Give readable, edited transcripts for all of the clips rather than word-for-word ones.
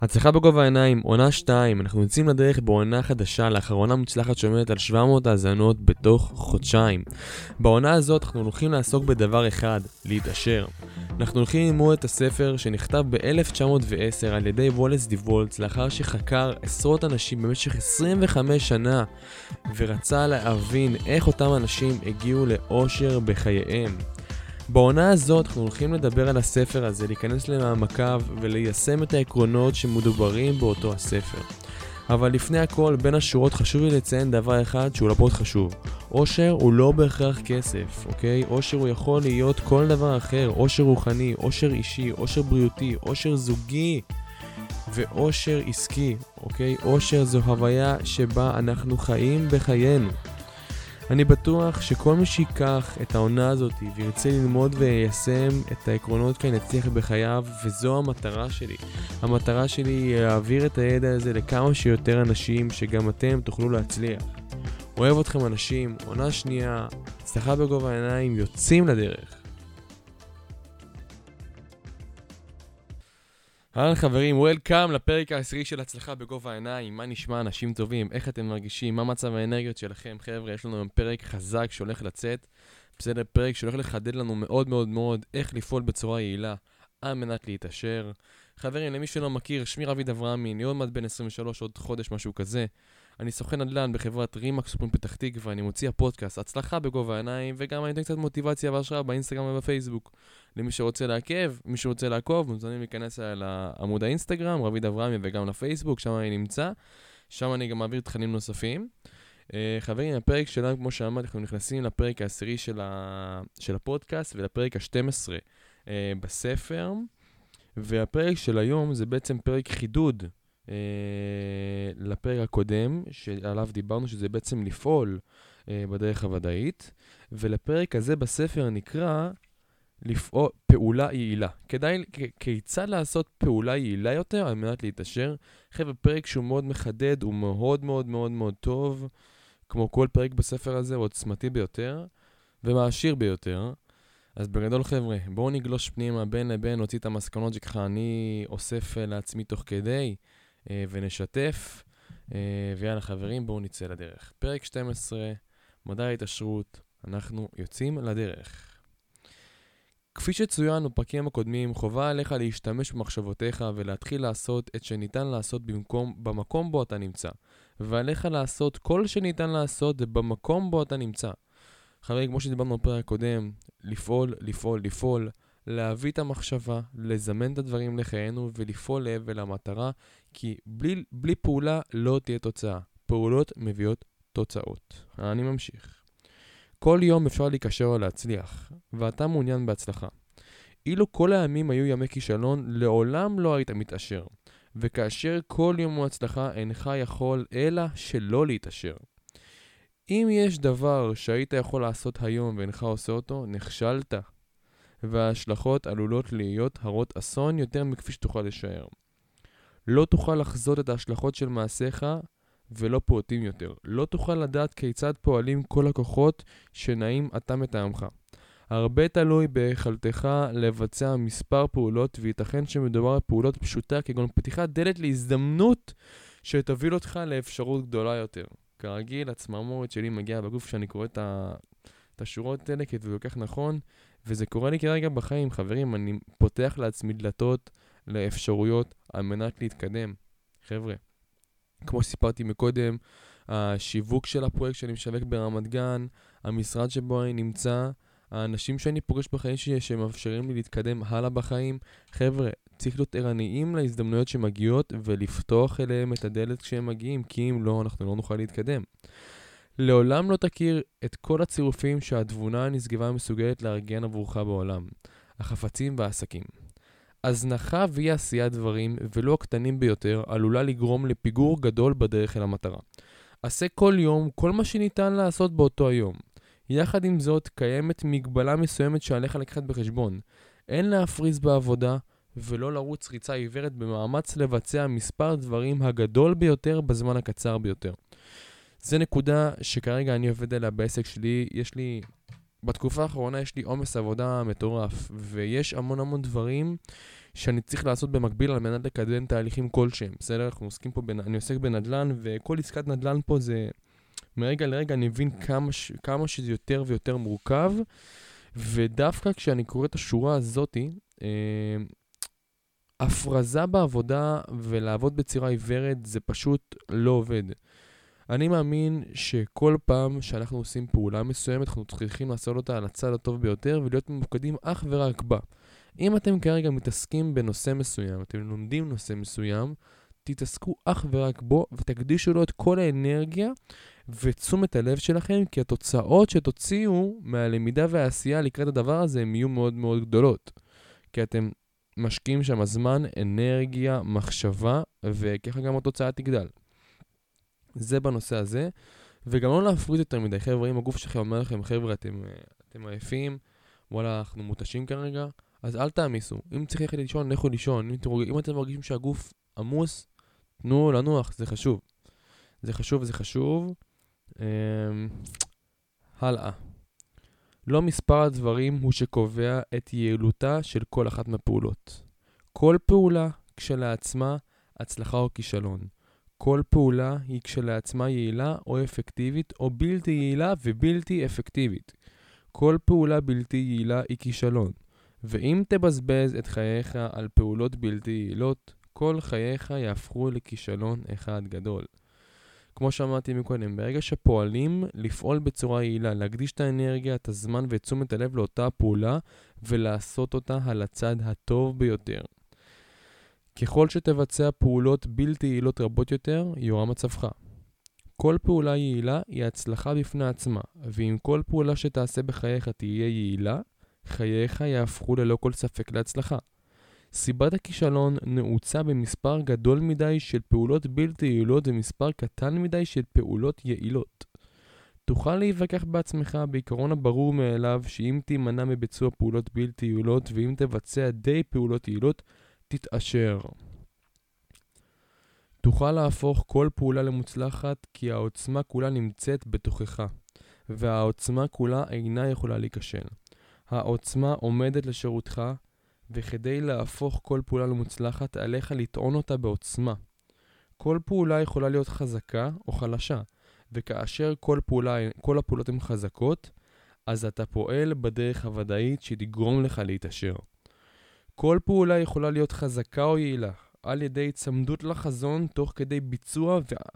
הצלחה בגובה העיניים, עונה 2, אנחנו יוצאים לדרך בעונה חדשה, לאחרונה מוצלחת שעומדת על 700 האזנות בתוך חודשיים. בעונה הזאת אנחנו הולכים לעסוק בדבר אחד, להתעשר. אנחנו הולכים ללמוד את הספר שנכתב ב-1910 על ידי וולאס די וולץ, לאחר שחקר עשרות אנשים במשך 25 שנה, ורצה להבין איך אותם אנשים הגיעו לאושר בחייהם. בעונה הזאת אנחנו הולכים לדבר על הספר הזה, להיכנס למעמקיו וליישם את העקרונות שמדוברים באותו הספר. אבל לפני הכל, בין השורות חשוב לי לציין דבר אחד שהוא לא פחות חשוב. אושר הוא לא בהכרח כסף, אוקיי? אושר הוא יכול להיות כל דבר אחר, אושר רוחני, אושר אישי, אושר בריאותי, אושר זוגי ואושר עסקי, אוקיי? אושר זו הוויה שבה אנחנו חיים בחיינו. אני בטוח שכל מי שיקח את העונה הזאת וירצה ללמוד ויישם את העקרונות כאן יצליח בחייו, וזו המטרה שלי. המטרה שלי היא להעביר את הידע הזה לכמה שיותר אנשים, שגם אתם תוכלו להצליח. אוהב אתכם אנשים, עונה שנייה, הצלחה בגובה העיניים, יוצאים לדרך. אהלן חברים, וולקאם לפרק העשירי של הצלחה בגובה העיניים. מה נשמע אנשים טובים? איך אתם מרגישים? מה מצב האנרגיות שלכם? חבר'ה, יש לנו היום פרק חזק שהולך לצאת. בסדר, פרק שהולך לחדד לנו מאוד מאוד מאוד איך לפעול בצורה יעילה על מנת להתעשר. חברים, למי שלא מכיר, שמי רביד אברהמי, אני עוד מעט בן 23, עוד חודש, משהו כזה. אני סוכן נדל"ן בחברת רימקס סופרים פתח תקווה, ואני מוציא הפודקאסט הצלחה בגובה העיניים, וגם אני אתן קצת מוטיבציה והשראה באינסטגרם ובפייסבוק. למי שרוצה לעקוב, מוזמנים להיכנס לעמוד האינסטגרם, רביד אברהמי, וגם לפייסבוק, שם אני נמצא. שם אני גם מעביר תכנים נוספים. חברים, הפרק שלנו, כמו שאמרתי, אנחנו נכנסים לפרק העשירי של הפודקאסט, ולפרק ה-12 בספר. והפרק של היום זה בעצם פרק חידוד לפרק הקודם, שעליו דיברנו שזה בעצם לפעול בדרך הוודאית. ולפרק הזה בספר נקרא לפעול פעולה יעילה. כיצד לעשות פעולה יעילה יותר על מנת להתעשר. חבר'ה, פרק שהוא מאוד מחדד, הוא מאוד מאוד מאוד מאוד טוב, כמו כל פרק בספר הזה, הוא עוצמתי ביותר ומעשיר ביותר. אז בגדול חבר'ה, בואו נגלוש פנימה בין לבין, נוציא את המסקנות שככה אני אוסף לעצמי תוך כדי ונשתף. ויאללה חברים, בואו נצא לדרך. פרק 12, מדע ההתעשרות, אנחנו יוצאים לדרך. כפי שצוין בפרקים הקודמים, חובה עליך להשתמש במחשבותיך ולהתחיל לעשות את שניתן לעשות במקום בו אתה נמצא. ועליך לעשות כל שניתן לעשות במקום בו אתה נמצא. חברים, כמו שדיברנו בפרק הקודם, לפעול, להביא את המחשבה, לזמן את הדברים לחיינו ולפעול לעבר המטרה, כי בלי פעולה לא תהיה תוצאה. פעולות מביאות תוצאות. אני ממשיך. כל יום אפשר להיקשר או להצליח, ואתה מעוניין בהצלחה. אילו כל הימים היו ימי כישלון, לעולם לא היית מתעשר. וכאשר כל יום הוא הצלחה, אינך יכול אלא שלא להתעשר. אם יש דבר שהיית יכול לעשות היום ואינך עושה אותו, נכשלת. וההשלכות עלולות להיות הרות אסון יותר מכפי שתוכל לשער. לא תוכל לחזות את ההשלכות של מעשיך ולא פעוטים יותר. לא תוכל לדעת כיצד פועלים כל הכוחות שנעים אתה מטעמך. הרבה תלוי ביכולתך לבצע מספר פעולות, וייתכן שמדובר בפעולות פשוטה כגון פתיחת דלת להזדמנות שתוביל אותך לאפשרות גדולה יותר. כרגיל, הצמרמורת שלי מגיעה בגוף שאני קורא את השורות האלה, כי זה כל כך נכון, וזה קורה לי כרגע בחיים. חברים, אני פותח לעצמי דלתות לאפשרויות על מנת להתקדם. חבר'ה, כמו שסיפרתי מקודם, השיווק של הפרויקט שאני משווק ברמת גן, המשרד שבו אני נמצא, האנשים שאני פוגש בחיים שלי שמאפשרים לי להתקדם הלאה בחיים. חבר'ה, צריך להיות ערניים להזדמנויות שמגיעות ולפתוח אליהם את הדלת כשהם מגיעים, כי אם לא, אנחנו לא נוכל להתקדם. לעולם לא תכיר את כל הצירופים שהתבונה הנשגבה מסוגלת לארגן עבורך בעולם, החפצים והעסקים. הזנחה ואי עשיית דברים, ולא הקטנים ביותר, עלולה לגרום לפיגור גדול בדרך אל המטרה. עשה כל יום כל מה שניתן לעשות באותו היום. יחד עם זאת, קיימת מגבלה מסוימת שעליך לקחת בחשבון. אין להפריז בעבודה, ולא לרוץ ריצה עיוורת במאמץ לבצע מספר דברים הגדול ביותר בזמן הקצר ביותר. זה נקודה שכרגע אני עובד עליה בעסק שלי. יש לי בתקופה האחרונה יש לי עומס עבודה מטורף, ויש המון דברים שאני צריך לעשות במקביל על מנת לקדם תהליכים כלשהם. בסדר? אני עוסק בנדל"ן, וכל עסקת נדל"ן פה זה, מרגע לרגע אני מבין כמה שזה יותר ויותר מורכב, ודווקא כשאני קורא את השורה הזאת, הפרזה בעבודה ולעבוד בצורה עיוורת זה פשוט לא עובד. אני מאמין שכל פעם שאנחנו עושים פעולה מסוימת, אנחנו צריכים לעשות אותה על הצד הטוב ביותר ולהיות ממוקדים אך ורק בה. אם אתם כרגע מתעסקים בנושא מסוים, אתם לומדים נושא מסוים, תתעסקו אך ורק בו ותקדישו לו את כל האנרגיה ותשומת הלב שלכם, כי התוצאות שתוציאו מהלמידה והעשייה לקראת הדבר הזה הם יהיו מאוד מאוד גדולות. כי אתם משקיעים שם זמן, אנרגיה, מחשבה, וככה גם התוצאה תגדל. זה בנושא הזה, וגם לא להפריד יותר מדי. חבר'ה, אם הגוף שלכם אומר לכם, חבר'ה, אתם עייפים, וואלה, אנחנו מותשים כרגע, אז אל תעמיסו. אם צריך ללכת לישון, לכו לישון. אם אתם מרגישים שהגוף עמוס, תנו לנוח, זה חשוב. זה חשוב. הלאה. לא מספר הדברים הוא שקובע את יעילותה של כל אחת מהפעולות. כל פעולה כשלעצמה הצלחה או כישלון. כל פעולה היא כשלעצמה יעילה או אפקטיבית, או בלתי יעילה ובלתי אפקטיבית. כל פעולה בלתי יעילה היא כישלון. ואם תבזבז את חייך על פעולות בלתי יעילות, כל חייך יהפכו לכישלון אחד גדול. כמו שאמרתי מקודם, ברגע שפועלים לפעול בצורה יעילה, להקדיש את האנרגיה, את הזמן ואת תשומת הלב לאותה פעולה, ולעשות אותה על הצד הטוב ביותר. ככל שתבצע פעולות בלתי יעילות רבות יותר, יורע מצבך. כל פעולה יעילה היא הצלחה בפני עצמה, ואם כל פעולה שתעשה בחייך תהיה יעילה, חייך יהפכו ללא כל ספק להצלחה. סיבת הכישלון נעוצה במספר גדול מדי של פעולות בלתי יעילות ומספר קטן מדי של פעולות יעילות. תוכל להיווכח בעצמך בעיקרון הברור מאליו שאם תימנע מביצוע פעולות בלתי יעילות ואם תבצע די פעולות יעילות, תתעשר. תוכל להפוך כל פעולה למוצלחת כי העוצמה כולה נמצאת בתוכך, והעוצמה כולה אינה יכולה להיכשל. העוצמה עומדת לשירותך, וכדי להפוך כל פעולה למוצלחת, עליך לטעון אותה בעוצמה. כל פעולה יכולה להיות חזקה או חלשה, וכאשר כל הפעולות הן חזקות, אז אתה פועל בדרך הוודאית שתגרום לך להתעשר. כל פעולה יכולה להיות חזקה או יעילה, על ידי צמדות לחזון תוך כדי ביצוע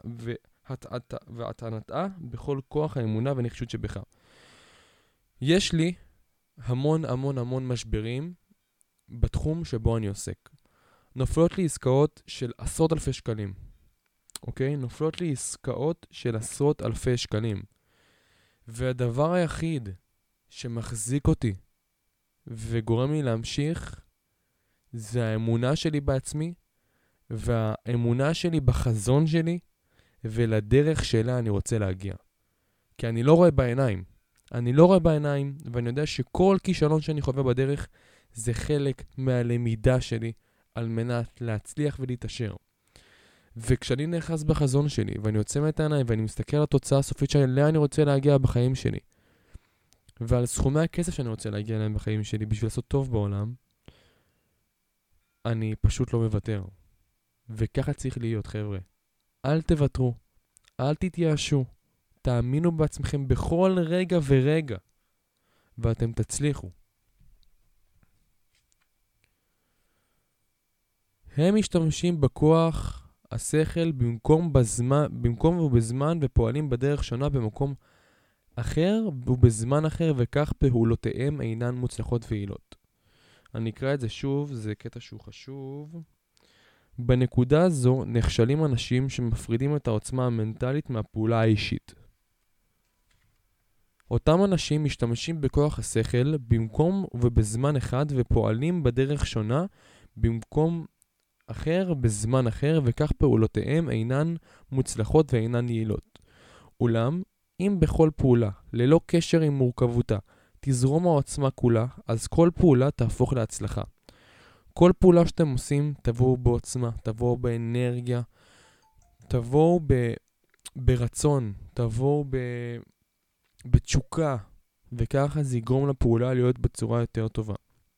והטענתה בכל כוח האמונה והנחישות שבך. יש לי המון משברים בתחום שבו אני עוסק. נופלות לי עסקאות של 10,000 שקלים. אוקיי? נופלות לי עסקאות של 10,000 שקלים. והדבר היחיד שמחזיק אותי וגורם לי להמשיך זה האמונה שלי בעצמי והאמונה שלי בחזון שלי ולדרך שלה אני רוצה להגיע. כי אני לא רואה בעיניים. ואני יודע שכל כישלון שאני חווה בדרך זה חלק מהלמידה שלי על מנת להצליח ולהתעשר. וכשאני נאחז בחזון שלי ואני יוצא את העיניים ואני מסתכל על התוצאה הסופית שאליה אני רוצה להגיע בחיים שלי ועל סכומי הכסף שאני רוצה להגיע אליהם בחיים שלי בשביל לעשות טוב בעולם, אני פשוט לא מוותר. וככה צריך להיות, חבר'ה. אל תוותרו, אל תתייאשו, תאמינו בעצמכם בכל רגע ורגע ואתם תצליחו. הם משתמשים בכוח השכל במקום ובזמן ופועלים בדרך שונה במקום אחר ובזמן אחר וכך פעולותיהם אינן מוצלחות ויעילות. אני אקרא את זה שוב, זה קטע שהוא חשוב. בנקודה הזו נכשלים אנשים שמפרידים את העוצמה המנטלית מהפעולה האישית. אותם אנשים משתמשים בכוח השכל במקום ובזמן אחד ופועלים בדרך שונה במקום אחר בזמן אחר וכך פעולותיהם אינן מוצלחות ואינן יעילות. אולם, אם בכל פעולה, ללא קשר עם מורכבותה, תזרום העוצמה כולה, אז כל פעולה תהפוך להצלחה. כל פעולה שאתם עושים, תבואו בעוצמה, תבואו באנרגיה, תבואו ברצון, תבואו בתשוקה, וככה זה יגרום לפעולה להיות בצורה יותר טובה.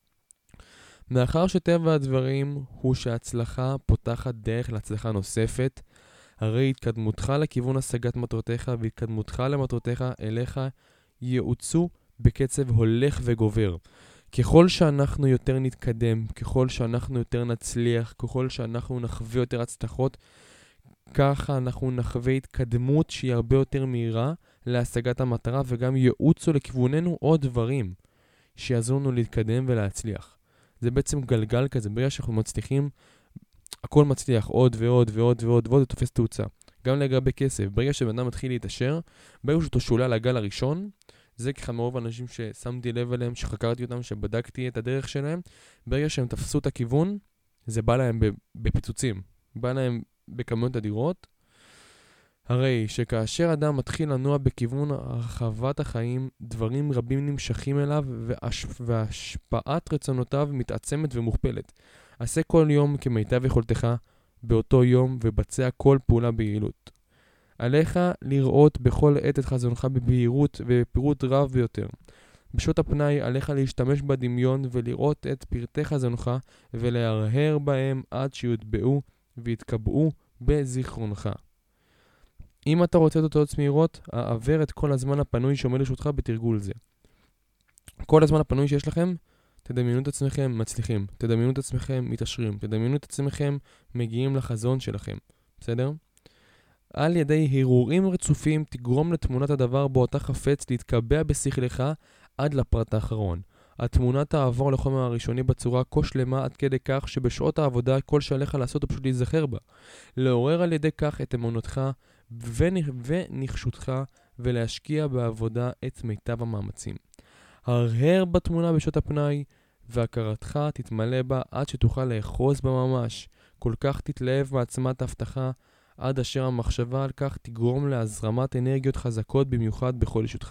מאחר שטבע הדברים הוא שההצלחה פותחת דרך להצלחה נוספת, הרי התקדמותך לכיוון השגת מטרותיך והתקדמותך למטרותיך אליך יעוצו בקצב הולך וגובר. ככל שאנחנו יותר נתקדם, ככל שאנחנו יותר נצליח, ככל שאנחנו נחווה יותר הצלחות, ככה אנחנו נחווה התקדמות שהיא הרבה יותר מהירה להשגת המטרה, וגם יעוצו לכיווננו עוד דברים שיעזרו לנו להתקדם ולהצליח. זה בעצם גלגל כזה, ברגע שאנחנו מצליחים, הכל מצליח עוד ועוד ועוד ועוד ועוד, ותופס תאוצה. גם לגבי כסף, ברגע שבן אדם מתחיל להתעשר, ברגע שאותו שולה לגל הראשון, זה ככה מרוב האנשים ששמתי לב אליהם, שחקרתי אותם, שבדקתי את הדרך שלהם, ברגע שהם תפסו את הכיוון, זה בא להם בפיצוצים, בא להם בכמויות אדירות. הרי שכאשר אדם מתחיל לנוע בכיוון הרחבת החיים, דברים רבים נמשכים אליו, והשפעת רצונותיו מתעצמת ומוכפלת. עשה כל יום כמיטב יכולתך באותו יום, ובצע כל פעולה ביעילות. עליך לראות בכל עת את חזונך בבהירות ובפירוט רב ביותר. בשעות הפנאי עליך להשתמש בדמיון ולראות את פרטי חזונך ולהרהר בהם עד שיוטבעו ויתקבעו בזיכרונך. אם אתה רוצה תוצאות מהירות, העבר את כל הזמן הפנוי שעומד לרשותך בתרגול זה. כל הזמן הפנוי שיש לכם, תדמיינו את עצמכם מצליחים, תדמיינו את עצמכם מתעשרים, תדמיינו את עצמכם מגיעים לחזון שלכם. בסדר? על ידי הרהורים רצופים תגרום לתמונת הדבר בו אתה חפץ להתקבע בשכלך עד לפרט האחרון. התמונה תעבור לחומר הראשוני בצורה כה שלמה עד כדי כך שבשעות העבודה כל שעליך לעשות הוא פשוט להיזכר בה. לעורר על ידי כך את אמונתך ונחשותך ולהשקיע בעבודה את מיטב המאמצים. הרהר בתמונה בשעות הפנאי והכרתך תתמלא בה עד שתוכל לאחוז בה ממש. כל כך תתלהב מעצמת ההבטחה עד אשר המחשבה על כך תגרום להזרמת אנרגיות חזקות במיוחד בכל אישותך.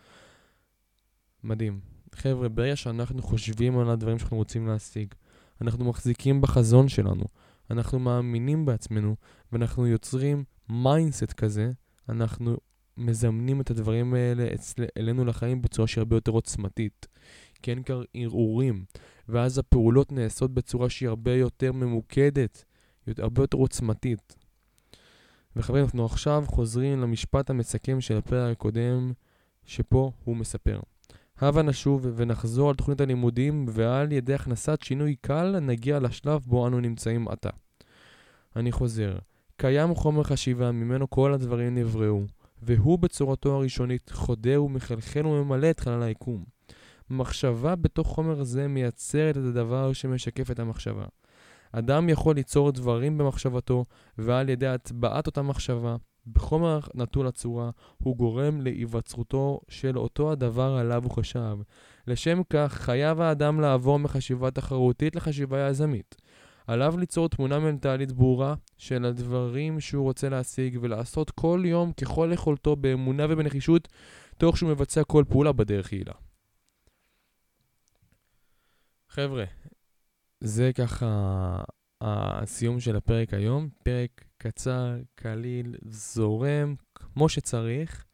מדהים. חבר'ה, ברגע שאנחנו חושבים על הדברים שאנחנו רוצים להשיג, אנחנו מחזיקים בחזון שלנו, אנחנו מאמינים בעצמנו, ואנחנו יוצרים מיינדסט כזה, אנחנו מזמנים את הדברים האלה אלינו לחיים בצורה שהיא הרבה יותר עוצמתית. כן, ערעורים, ואז הפעולות נעשות בצורה שהיא הרבה יותר ממוקדת, הרבה יותר עוצמתית. וחברים, אנחנו עכשיו חוזרים למשפט המסכם של הפרק הקודם, שפה הוא מספר. הבה נשוב ונחזור על תוכנית הלימודים, ועל ידי הכנסת שינוי קל נגיע לשלב בו אנו נמצאים עתה. אני חוזר. קיים חומר חשיבה, ממנו כל הדברים נבראו, והוא בצורתו הראשונית חודר ומחלחל וממלא את חלל היקום. מחשבה בתוך חומר זה מייצרת את הדבר שמשקף את המחשבה. אדם יכול ליצור דברים במחשבתו, ועל ידי הטבעת אותה מחשבה, בחומר נטול הצורה, הוא גורם להיווצרותו של אותו הדבר עליו הוא חשב. לשם כך, חייב האדם לעבור מחשיבה תחרותית לחשיבה יזמית. עליו ליצור תמונה מנטלית ברורה של הדברים שהוא רוצה להשיג, ולעשות כל יום ככל יכולתו באמונה ובנחישות, תוך שהוא מבצע כל פעולה בדרך יעילה. חבר'ה, זה ככה הסיום של הפרק היום. פרק קצר, קליל, זורם, כמו שצריך.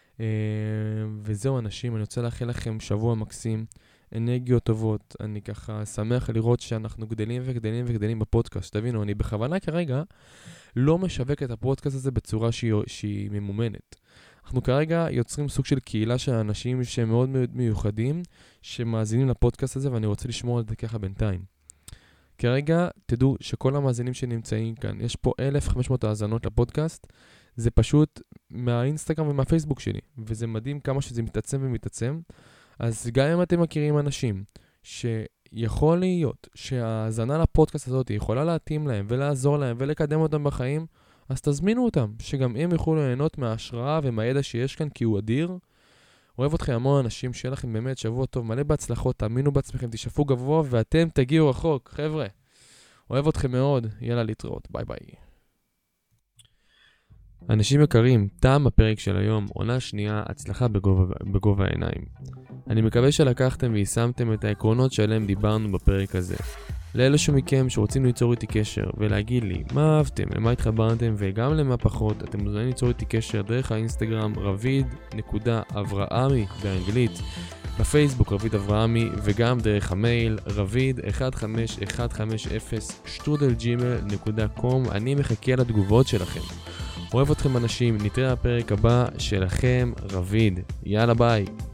וזהו אנשים, אני רוצה לאחל לכם שבוע מקסים, אנרגיות טובות. אני ככה שמח לראות שאנחנו גדלים וגדלים וגדלים בפודקאסט. תבינו, אני בכוונה כרגע לא משווק את הפודקאסט הזה בצורה שהיא ממומנת. אנחנו כרגע יוצרים סוג של קהילה של אנשים שהם מאוד מאוד מיוחדים, שמאזינים לפודקאסט הזה, ואני רוצה לשמור על זה ככה בינתיים. כרגע תדעו שכל המאזינים שנמצאים כאן, יש פה 1,500 האזנות לפודקאסט, זה פשוט מהאינסטגרם ומהפייסבוק שלי, וזה מדהים כמה שזה מתעצם ומתעצם. אז גם אם אתם מכירים אנשים שיכול להיות שההאזנה לפודקאסט הזאת יכולה להתאים להם ולעזור להם ולקדם אותם בחיים, אז תזמינו אותם, שגם הם יוכלו ליהנות מההשראה ומהידע שיש כאן, כי הוא אדיר. אוהב אתכם המון אנשים, שיהיה לכם באמת שבוע טוב, מלא בהצלחות, תאמינו בעצמכם, תשאפו גבוה ואתם תגיעו רחוק, חבר'ה. אוהב אתכם מאוד, יאללה להתראות, ביי ביי. אנשים יקרים, תם הפרק של היום, עונה שנייה, הצלחה בגובה העיניים. אני מקווה שלקחתם ויישמתם את העקרונות שעליהם דיברנו בפרק הזה. לאלה מכם שרוצים ליצור איתי קשר ולהגיד לי מה אהבתם, למה התחברתם וגם למה פחות, אתם מוזמנים ליצור איתי קשר דרך האינסטגרם רביד.אברהמי באנגלית, בפייסבוק רביד אברהמי, וגם דרך המייל רביד15150@gmail.com. אני מחכה לתגובות שלכם. אוהב אתכם אנשים, נתראה בפרק הבא שלכם רביד. יאללה ביי.